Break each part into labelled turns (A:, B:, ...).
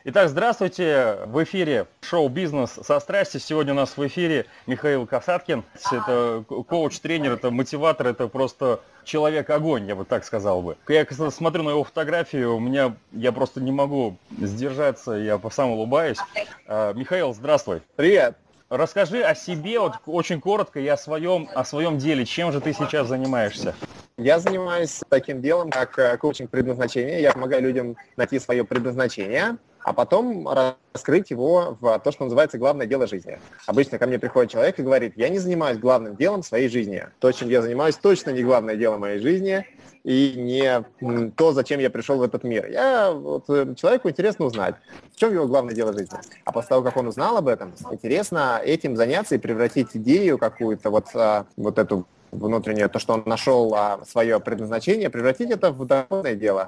A: Итак, здравствуйте. В эфире шоу «Бизнес со страстью». Сегодня у нас в эфире Михаил Касаткин. Это коуч, тренер, это мотиватор, это просто человек-огонь, я бы так сказал бы. Я когда смотрю на его фотографию, я просто не могу сдержаться, я сам улыбаюсь. Михаил, здравствуй.
B: Привет.
A: Расскажи о себе вот очень коротко и о своем деле. Чем же ты сейчас занимаешься?
B: Я занимаюсь таким делом, как коучинг предназначения. Я помогаю людям найти свое предназначение, а потом раскрыть его в то, что называется главное дело жизни. Обычно ко мне приходит человек и говорит: я не занимаюсь главным делом своей жизни. То, чем я занимаюсь, точно не главное дело моей жизни и не то, зачем я пришел в этот мир. Человеку интересно узнать, в чем его главное дело жизни. А после того, как он узнал об этом, интересно этим заняться и превратить идею какую-то, вот эту внутреннее, то, что он нашел свое предназначение, превратить это в доходное дело.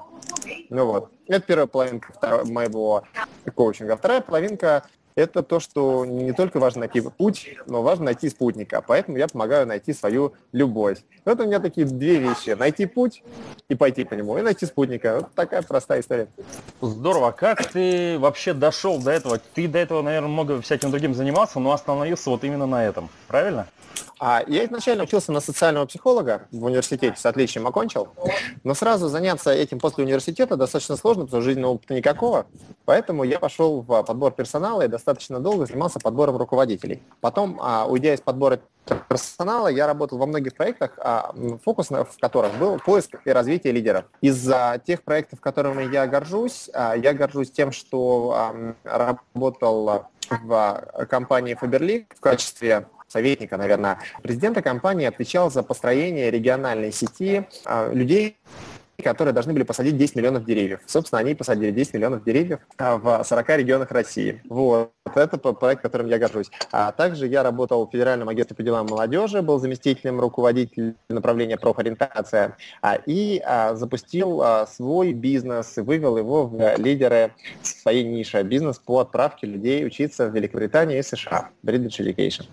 B: Это первая половинка моего коучинга. Вторая половинка – это то, что не только важно найти путь, но важно найти спутника. Поэтому я помогаю найти свою любовь. Вот у меня такие две вещи. Найти путь и пойти по нему, и найти спутника. Вот такая простая история.
A: Здорово. А как ты вообще дошел до этого? Ты до этого, наверное, много всяким другим занимался, но остановился вот именно на этом. Правильно?
B: Я изначально учился на социального психолога в университете, с отличием окончил, но сразу заняться этим после университета достаточно сложно, потому что жизненного опыта никакого, поэтому я пошел в подбор персонала и достаточно долго занимался подбором руководителей. Потом, уйдя из подбора персонала, я работал во многих проектах, фокус в которых был поиск и развитие лидеров. Из тех проектов, которыми я горжусь тем, что работал в компании Faberlic в качестве советника, наверное, президента компании, отвечал за построение региональной сети людей, которые должны были посадить 10 миллионов деревьев. Собственно, они посадили 10 миллионов деревьев в 40 регионах России. Это проект, которым я горжусь. А также я работал в Федеральном агентстве по делам молодежи, был заместителем руководителя направления профориентация и запустил свой бизнес и вывел его в лидеры своей ниши. Бизнес по отправке людей учиться в Великобритании и США. British Education.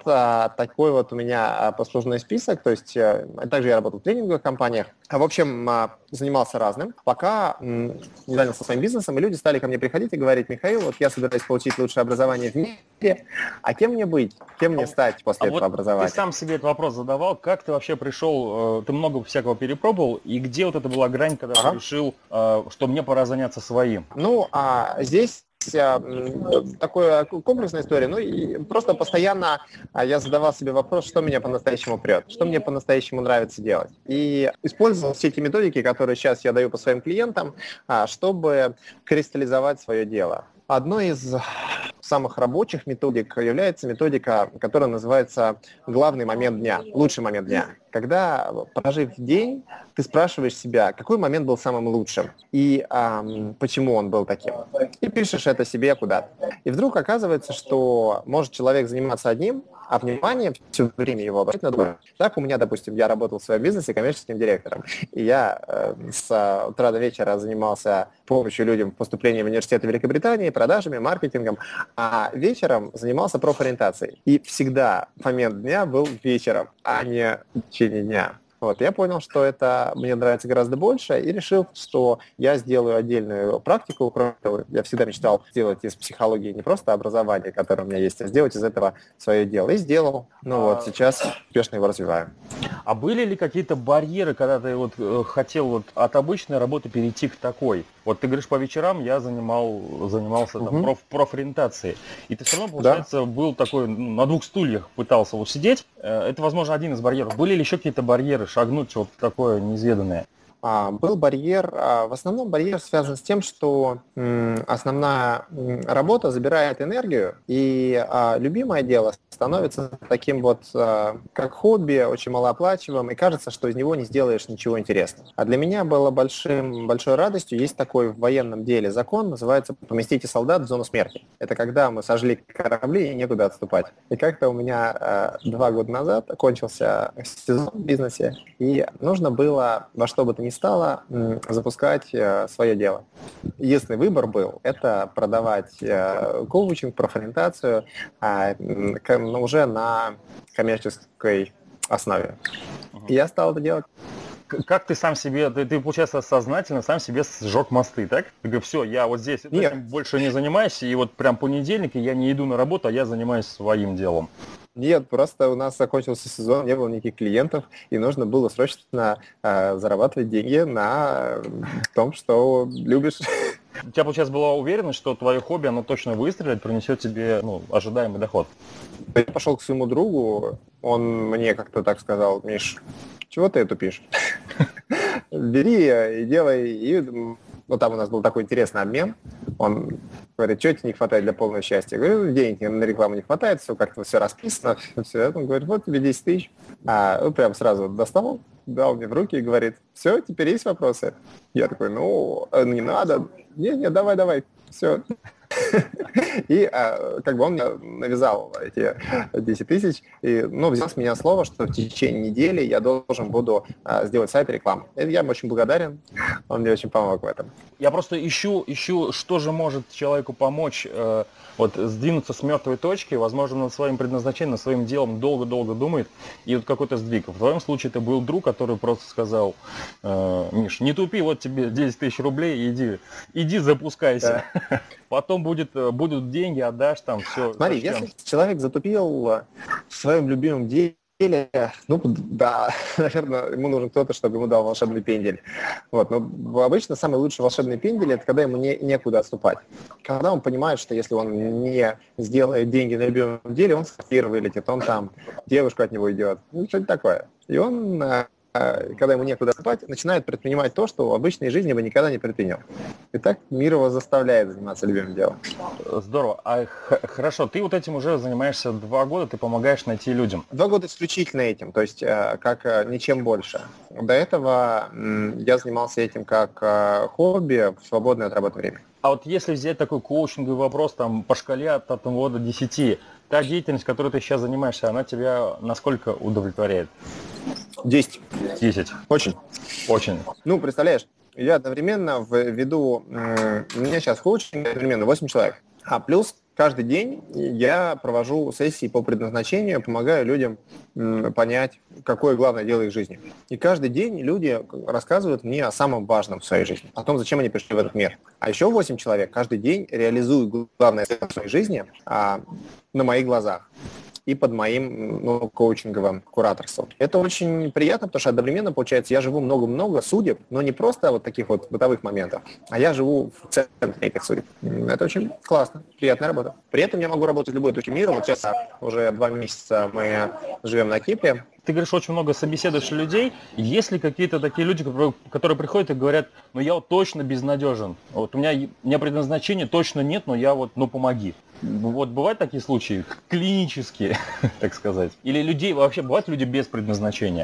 B: Такой у меня послужной список. То есть также я работал в тренинговых компаниях. В общем, занимался разным, пока не занялся своим бизнесом, и люди стали ко мне приходить и говорить: Михаил, я собираюсь получить лучшее образование в мире, а кем мне быть, кем мне стать после этого образования?
A: Ты сам себе этот вопрос задавал, как ты вообще пришел, ты много всякого перепробовал, и где вот это была грань, когда ты решил, что мне пора заняться своим?
B: Здесь такая комплексная история. И просто постоянно я задавал себе вопрос, что меня по-настоящему прет, что мне по-настоящему нравится делать. И использовал все эти методики, которые сейчас я даю по своим клиентам, чтобы кристаллизовать свое дело. Одной из самых рабочих методик является методика, которая называется «главный момент дня», «лучший момент дня». Когда, прожив день, ты спрашиваешь себя, какой момент был самым лучшим и почему он был таким. И пишешь это себе куда-то. И вдруг оказывается, что может человек заниматься одним, а внимание все время его обращать на другое. Так у меня, допустим, я работал в своем бизнесе коммерческим директором. И я с утра до вечера занимался помощью людям в поступлении в университеты Великобритании, продажами, маркетингом, а вечером занимался профориентацией. И всегда момент дня был вечером, а не в течение дня. Я понял, что это мне нравится гораздо больше, и решил, что я сделаю отдельную практику. Я всегда мечтал сделать из психологии не просто образование, которое у меня есть, а сделать из этого свое дело. И сделал. Сейчас успешно его развиваю.
A: А были ли какие-то барьеры, когда ты хотел от обычной работы перейти к такой? Ты говоришь, по вечерам я занимался профориентацией. И ты все равно, получается, был такой, на двух стульях пытался сидеть. Это, возможно, один из барьеров. Были ли еще какие-то барьеры, шагнуть в такое неизведанное?
B: Был барьер, в основном барьер связан с тем, что основная работа забирает энергию, и любимое дело становится таким как хобби, очень малооплачиваемым, и кажется, что из него не сделаешь ничего интересного. А для меня было большой радостью, есть такой в военном деле закон, называется «поместите солдат в зону смерти». Это когда мы сожгли корабли и некуда отступать. И как-то у меня 2 года назад кончился сезон в бизнесе, и нужно было во что бы то ни стало запускать свое дело. Единственный выбор был – это продавать коучинг, профориентацию уже на коммерческой основе. И я стал это делать.
A: как ты сам себе, ты, получается, сознательно сам себе сжег мосты, так? Ты говоришь, все, я вот здесь этим больше не занимаюсь, и вот прям понедельник, и я не иду на работу, а я занимаюсь своим делом.
B: Нет, просто у нас закончился сезон, не было никаких клиентов, и нужно было срочно зарабатывать деньги на том, что любишь.
A: У тебя, получается, была уверенность, что твое хобби, оно точно выстрелит, принесет тебе ожидаемый доход?
B: Я пошел к своему другу, он мне как-то так сказал: Миш, чего ты тупишь? Бери и делай. И там у нас был такой интересный обмен. Он говорит, что тебе не хватает для полного счастья? Я говорю, денег на рекламу не хватает, все как-то все расписано. Все. Он говорит, вот тебе 10 тысяч. Он прям сразу достал, дал мне в руки и говорит, все, теперь есть вопросы? Я такой, не надо. Не, давай, все. И как бы он мне навязал эти 10 тысяч, и взял с меня слово, что в течение недели я должен буду сделать сайт и рекламу. Я ему очень благодарен, он мне очень помог в этом.
A: Я просто ищу, что же может человеку помочь сдвинуться с мертвой точки, возможно, над своим предназначением, над своим делом долго-долго думает, и вот какой-то сдвиг. В твоем случае это был друг, который просто сказал, Миш, не тупи, вот тебе 10 тысяч рублей, иди запускайся. Да. Потом будут деньги, отдашь там все.
B: Смотри, если человек затупил в своем любимом деле, да, наверное, ему нужен кто-то, чтобы ему дал волшебный пендель. Но обычно самый лучший волшебный пендель – это когда ему некуда отступать. Когда он понимает, что если он не сделает деньги на любимом деле, он с квартиры вылетит, он там, девушка от него идет, что-то такое. И он, когда ему некуда отступать, начинает предпринимать то, что в обычной жизни бы никогда не предпринял. И так мир его заставляет заниматься любимым делом.
A: Здорово. Хорошо, ты вот этим уже занимаешься 2 года, ты помогаешь найти людям.
B: 2 года исключительно этим, то есть как ничем больше. До этого я занимался этим как хобби в свободное от работы время.
A: А вот если взять такой коучинговый вопрос там по шкале от 1 до 10, та деятельность, которой ты сейчас занимаешься, она тебя насколько удовлетворяет?
B: 10.
A: 10.
B: Очень. Представляешь, я одновременно веду, у меня сейчас коучинг одновременно 8 человек, а плюс каждый день я провожу сессии по предназначению, помогаю людям понять, какое главное дело их жизни. И каждый день люди рассказывают мне о самом важном в своей жизни, о том, зачем они пришли в этот мир. А еще 8 человек каждый день реализуют главное в своей жизни на моих глазах и под моим коучинговым кураторством. Это очень приятно, потому что одновременно, получается, я живу много-много судеб, но не просто вот таких вот бытовых моментов, а я живу в центре этих судеб. Это очень классно, приятная работа. При этом я могу работать в любой точке мира. Вот сейчас уже 2 месяца мы живем на Кипре.
A: Ты говоришь, очень много собеседуешь людей. Есть ли какие-то такие люди, которые приходят и говорят, я вот точно безнадежен, вот у меня предназначения точно нет, но я помоги. Вот бывают такие случаи, клинические, так сказать? Или вообще бывают люди без предназначения?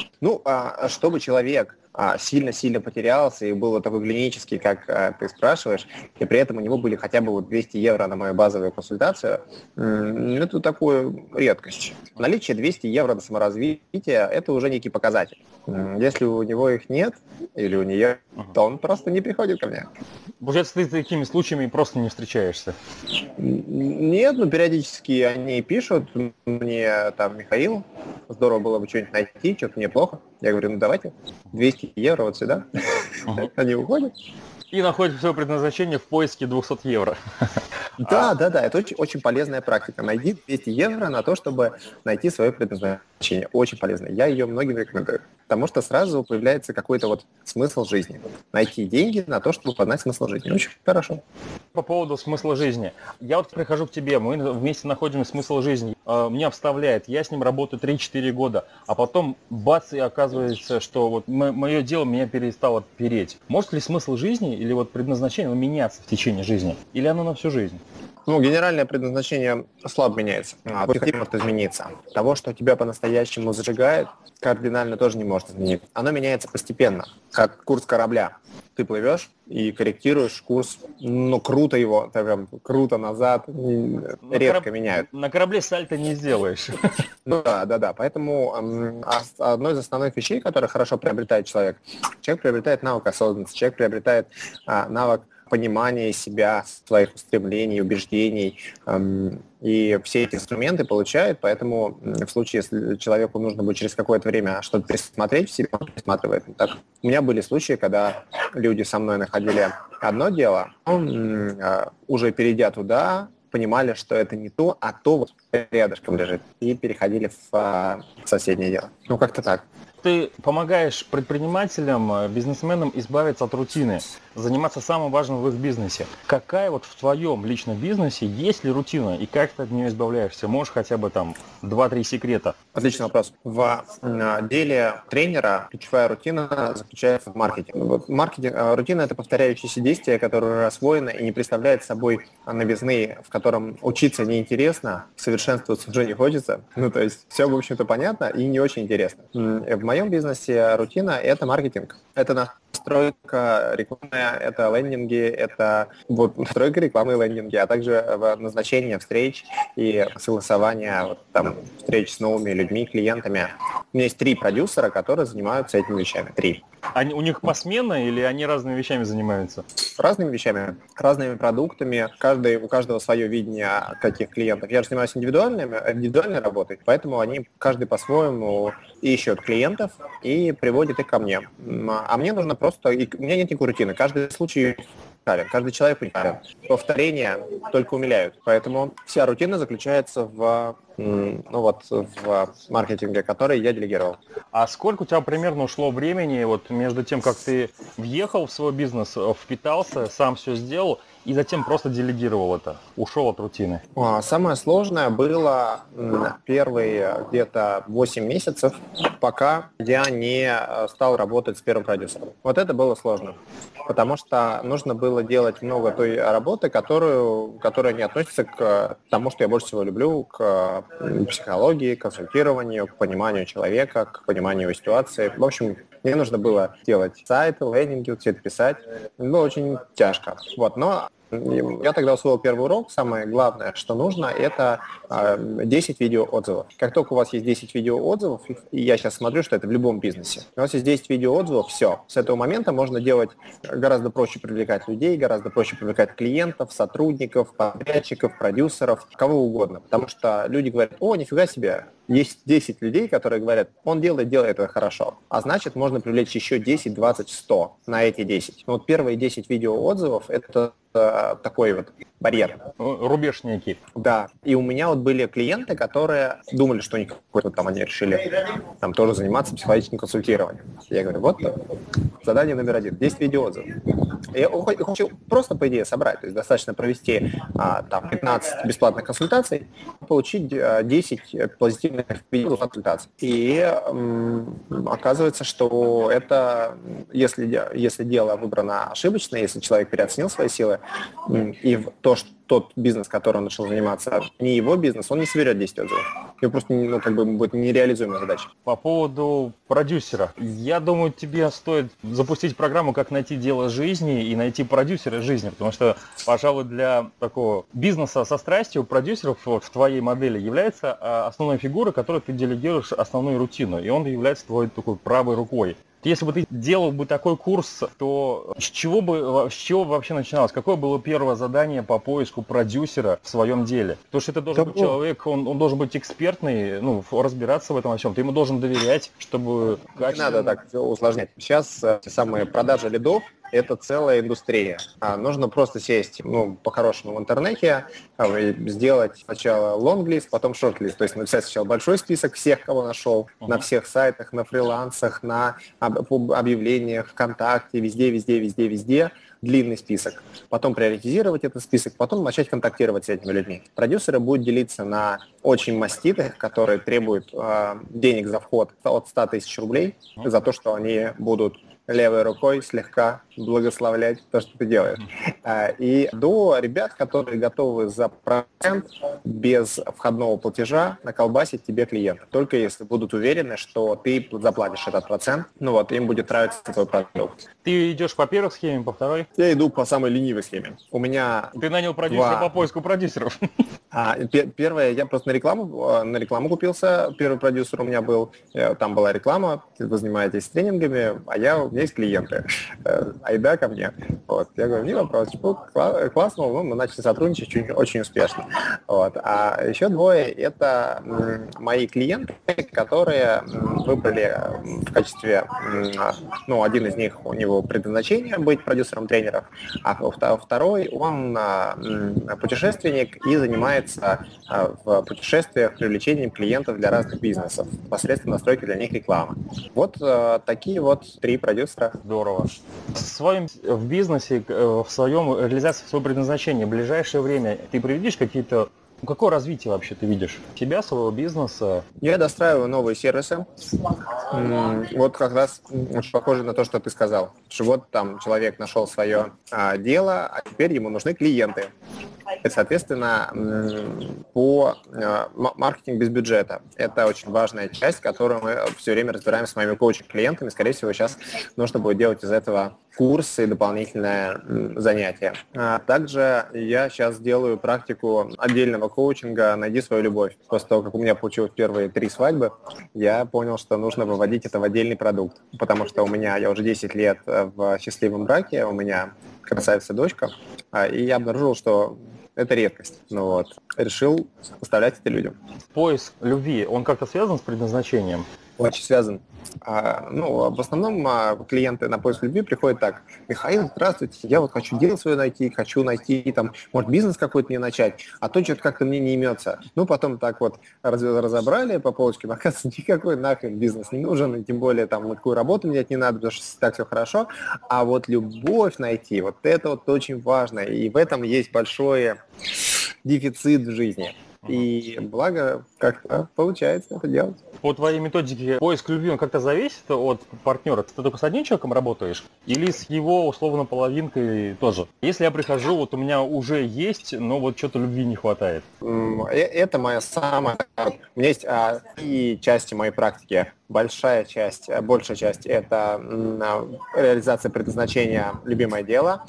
B: Чтобы человек сильно-сильно потерялся и был такой клинический, как ты спрашиваешь, и при этом у него были хотя бы 200 евро на мою базовую консультацию, это такая редкость. Наличие 200 евро на саморазвитие – это уже некий показатель. Если у него их нет, или у нее, то он просто не приходит ко мне.
A: Получается, ты с такими случаями просто не встречаешься?
B: Нет, периодически они пишут мне, Михаил, здорово было бы что-нибудь найти, что-то мне плохо. Я говорю, давайте, 200 евро вот сюда. Они уходят.
A: И находят свое предназначение в поиске 200 евро.
B: Да, это очень полезная практика. Найди 200 евро на то, чтобы найти свое предназначение. Очень полезно. Я ее многим рекомендую. Потому что сразу появляется какой-то смысл жизни. Найти деньги на то, чтобы познать смысл жизни. Очень хорошо.
A: По поводу смысла жизни. Я прихожу к тебе, мы вместе находим смысл жизни. Меня вставляет, я с ним работаю 3-4 года, а потом бац, и оказывается, что мое дело меня перестало переть. Может ли смысл жизни или предназначение меняться в течение жизни? Или оно на всю жизнь?
B: Генеральное предназначение слабо меняется. Не может измениться. Того, что тебя по-настоящему зажигает, кардинально тоже не может измениться. Оно меняется постепенно, как курс корабля. Ты плывешь и корректируешь курс, круто его, прям круто назад, редко меняют.
A: На корабле сальто не сделаешь.
B: Да. Поэтому одной из основных вещей, которые хорошо приобретает человек приобретает навык осознанности, человек приобретает навык понимание себя, своих устремлений, убеждений. И все эти инструменты получают, поэтому в случае, если человеку нужно будет через какое-то время что-то пересмотреть в себе, он пересматривает. Так, у меня были случаи, когда люди со мной находили одно дело, уже перейдя туда, понимали, что это не то, а то вот рядышком лежит, и переходили в соседнее дело. Ну, как-то так.
A: Ты помогаешь предпринимателям, бизнесменам избавиться от рутины, заниматься самым важным в их бизнесе. Какая вот в твоем личном бизнесе, есть ли рутина и как ты от нее избавляешься? Можешь хотя бы там 2-3 секрета?
B: Отличный вопрос. В деле тренера ключевая рутина заключается в маркетинге. Вот рутина – это повторяющиеся действия, которые рассвоены и не представляют собой новизны, в котором учиться неинтересно, совершенствоваться уже не хочется. Ну, то есть все, в общем-то, понятно и не очень интересно. В моем бизнесе рутина – это маркетинг. Это настройка рекламы, это лендинги, это вот настройка рекламы и лендинги, а также назначение встреч и согласование встреч с новыми людьми, клиентами. У меня есть 3 продюсера, которые занимаются этими вещами. 3.
A: У них посменно или они разными вещами занимаются?
B: Разными вещами, разными продуктами. У каждого свое видение каких клиентов. Я же занимаюсь индивидуальной работой, поэтому они каждый по-своему ищут клиентов и приводят их ко мне. А мне нужно просто... У меня нет никакой рутины. Каждый случай уникален, каждый человек уникален. Повторения только умиляют. Поэтому вся рутина заключается в маркетинге, который я делегировал.
A: А сколько у тебя примерно ушло времени вот между тем, как ты въехал в свой бизнес, впитался, сам все сделал, и затем просто делегировал это, ушел от рутины?
B: Самое сложное было первые где-то 8 месяцев, пока я не стал работать с первым продюсером. Вот это было сложно, потому что нужно было делать много той работы, которая не относится к тому, что я больше всего люблю, к психологии, к консультированию, к пониманию человека, к пониманию его ситуации. В общем, мне нужно было делать сайты, лендинги, все это писать. Было очень тяжко. Но я тогда усвоил первый урок. Самое главное, что нужно, это 10 видеоотзывов. Как только у вас есть 10 видеоотзывов, и я сейчас смотрю, что это в любом бизнесе, у вас есть 10 видеоотзывов, все. С этого момента можно делать гораздо проще привлекать людей, гораздо проще привлекать клиентов, сотрудников, подрядчиков, продюсеров, кого угодно. Потому что люди говорят: о, нифига себе, есть 10 людей, которые говорят: он делает это хорошо. А значит, можно привлечь еще 10, 20, 100 на эти 10. Но вот первые 10 видеоотзывов – это такой вот барьер.
A: Рубеж некий.
B: Да. И у меня были клиенты, которые думали, что они решили тоже заниматься психологическим консультированием. Я говорю: задание номер 1. 10 видеоотзывов. Я хочу просто, по идее, собрать. То есть достаточно провести 15 бесплатных консультаций, получить 10 позитивных видеоконсультаций. И оказывается, что это, если дело выбрано ошибочно, если человек переоценил свои силы, и тот бизнес, которым он начал заниматься, не его бизнес, он не соберет 10 отзывов. Это просто будет нереализуемая задача.
A: По поводу продюсера. Я думаю, тебе стоит запустить программу «Как найти дело жизни» и найти продюсера жизни, потому что, пожалуй, для такого бизнеса со страстью продюсеров в твоей модели является основной фигурой, которой ты делегируешь основную рутину, и он является твоей такой правой рукой. Если бы ты делал бы такой курс, то с чего вообще начиналось? Какое было первое задание по поиску продюсера в своем деле? Потому что это должен быть человек, он должен быть экспертный, разбираться в этом во всем. Ты ему должен доверять, чтобы...
B: Не надо так все усложнять. Сейчас самые продажи лидов – это целая индустрия. Нужно просто сесть, по-хорошему в интернете, сделать сначала лонглист, потом шортлист. То есть написать сначала большой список всех, кого нашел, на всех сайтах, на фрилансах, на объявлениях, ВКонтакте, везде, длинный список. Потом приоритизировать этот список, потом начать контактировать с этими людьми. Продюсеры будут делиться на очень маститых, которые требуют денег за вход от 100 тысяч рублей за то, что они будут левой рукой слегка благословлять то, что ты делаешь. И до ребят, которые готовы за процент без входного платежа наколбасить тебе клиента. Только если будут уверены, что ты заплатишь этот процент, им будет нравиться твой продукт.
A: Ты идешь по первой схеме, по второй?
B: Я иду по самой ленивой схеме. У меня
A: Ты нанял продюсера по поиску продюсеров.
B: Первое, я просто на рекламу купился. Первый продюсер у меня был, там была реклама, вы занимаетесь тренингами, у меня есть клиенты. Айда ко мне. Вот. Я говорю, не вопрос, классно, мы начали сотрудничать очень успешно. Вот. А еще двое – это мои клиенты, которые выбрали в качестве, один из них, у него предназначение быть продюсером тренеров, а второй, он путешественник и занимается в путешествиях привлечением клиентов для разных бизнесов посредством настройки для них рекламы. Вот такие вот 3 продюсера.
A: Здорово. В бизнесе, в своем реализации своего предназначения, в ближайшее время ты приведешь какие-то... Какое развитие вообще ты видишь себя, своего бизнеса?
B: Я достраиваю новые сервисы. Вот как раз очень похоже на то, что ты сказал. Что вот там человек нашел свое дело, а теперь ему нужны клиенты. И, соответственно, по маркетинг без бюджета. Это очень важная часть, которую мы все время разбираем с моими коучинг-клиентами. Скорее всего, сейчас нужно будет делать из этого курсы и дополнительное занятие. Также я сейчас делаю практику отдельного коучинга «Найди свою любовь». После того, как у меня получилось первые 3 свадьбы, я понял, что нужно выводить это в отдельный продукт. Потому что я уже 10 лет в счастливом браке, у меня красавица дочка, и я обнаружил, что это редкость. Решил поставлять это людям.
A: Поиск любви, он как-то связан с предназначением?
B: Очень связан. В основном клиенты на поиск любви приходят так: Михаил, здравствуйте, я вот хочу дело свое найти, хочу найти, может, бизнес какой-то мне начать, а то что-то как-то мне не имется. Потом так вот разобрали по полочкам, оказывается, никакой нахрен бизнес не нужен, и тем более никакую работу менять не надо, потому что так все хорошо. А вот любовь найти, вот это вот очень важно, и в этом есть большой дефицит в жизни. И благо как-то получается это делать.
A: По твоей методике поиск любви, он как-то зависит от партнера? Ты только с одним человеком работаешь? Или с его, условно, половинкой тоже? Если я прихожу, у меня уже есть, но что-то любви не хватает.
B: Это моя самая... У меня есть 3 части моей практики. Большая часть – это реализация предназначения «любимое дело».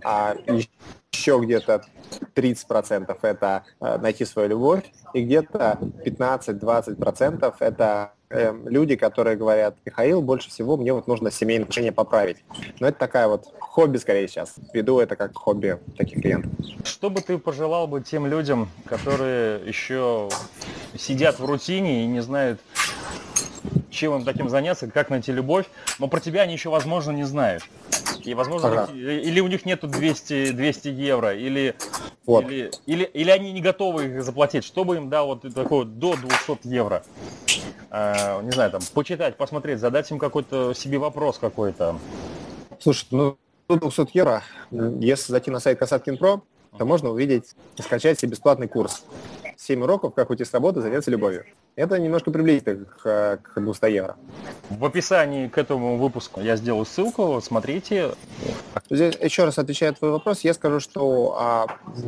B: Еще где-то 30% это найти свою любовь, и где-то 15-20% это люди, которые говорят: Михаил, больше всего мне нужно семейные отношения поправить. Но это такая хобби скорее сейчас. Веду это как хобби таких клиентов.
A: Что бы ты пожелал бы тем людям, которые еще сидят в рутине и не знают, чем им таким заняться, как найти любовь, но про тебя они еще, возможно, не знают. И, возможно, или у них нету 200 евро, или они не готовы их заплатить. Чтобы им до 200 евро. Не знаю, почитать, посмотреть, задать им какой-то себе вопрос какой-то.
B: Слушай, до 200 евро, если зайти на сайт Касаткин Про, то можно увидеть и скачать себе бесплатный курс. 7 уроков, как уйти с работы, заняться любовью. Это немножко приблизительно к 200 евро.
A: В описании к этому выпуску я сделаю ссылку, смотрите.
B: Здесь, еще раз отвечая на твой вопрос, я скажу, что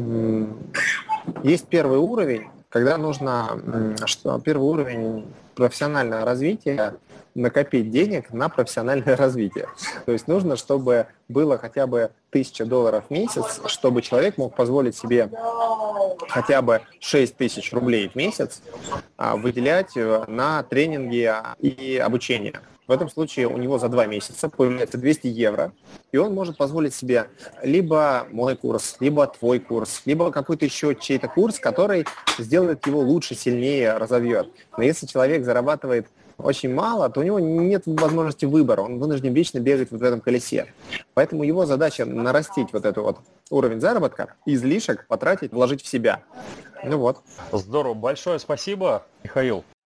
B: есть первый уровень, когда нужно, первый уровень профессионального развития, накопить денег на профессиональное развитие. То есть нужно, чтобы было хотя бы $1000 в месяц, чтобы человек мог позволить себе хотя бы 6000 рублей в месяц выделять на тренинги и обучение. В этом случае у него за 2 месяца появляется 200 евро, и он может позволить себе либо мой курс, либо твой курс, либо какой-то еще чей-то курс, который сделает его лучше, сильнее, разовьет. Но если человек зарабатывает очень мало, то у него нет возможности выбора, он вынужден вечно бегать в этом колесе. Поэтому его задача нарастить этот уровень заработка, излишек потратить, вложить в себя.
A: Здорово, большое спасибо, Михаил.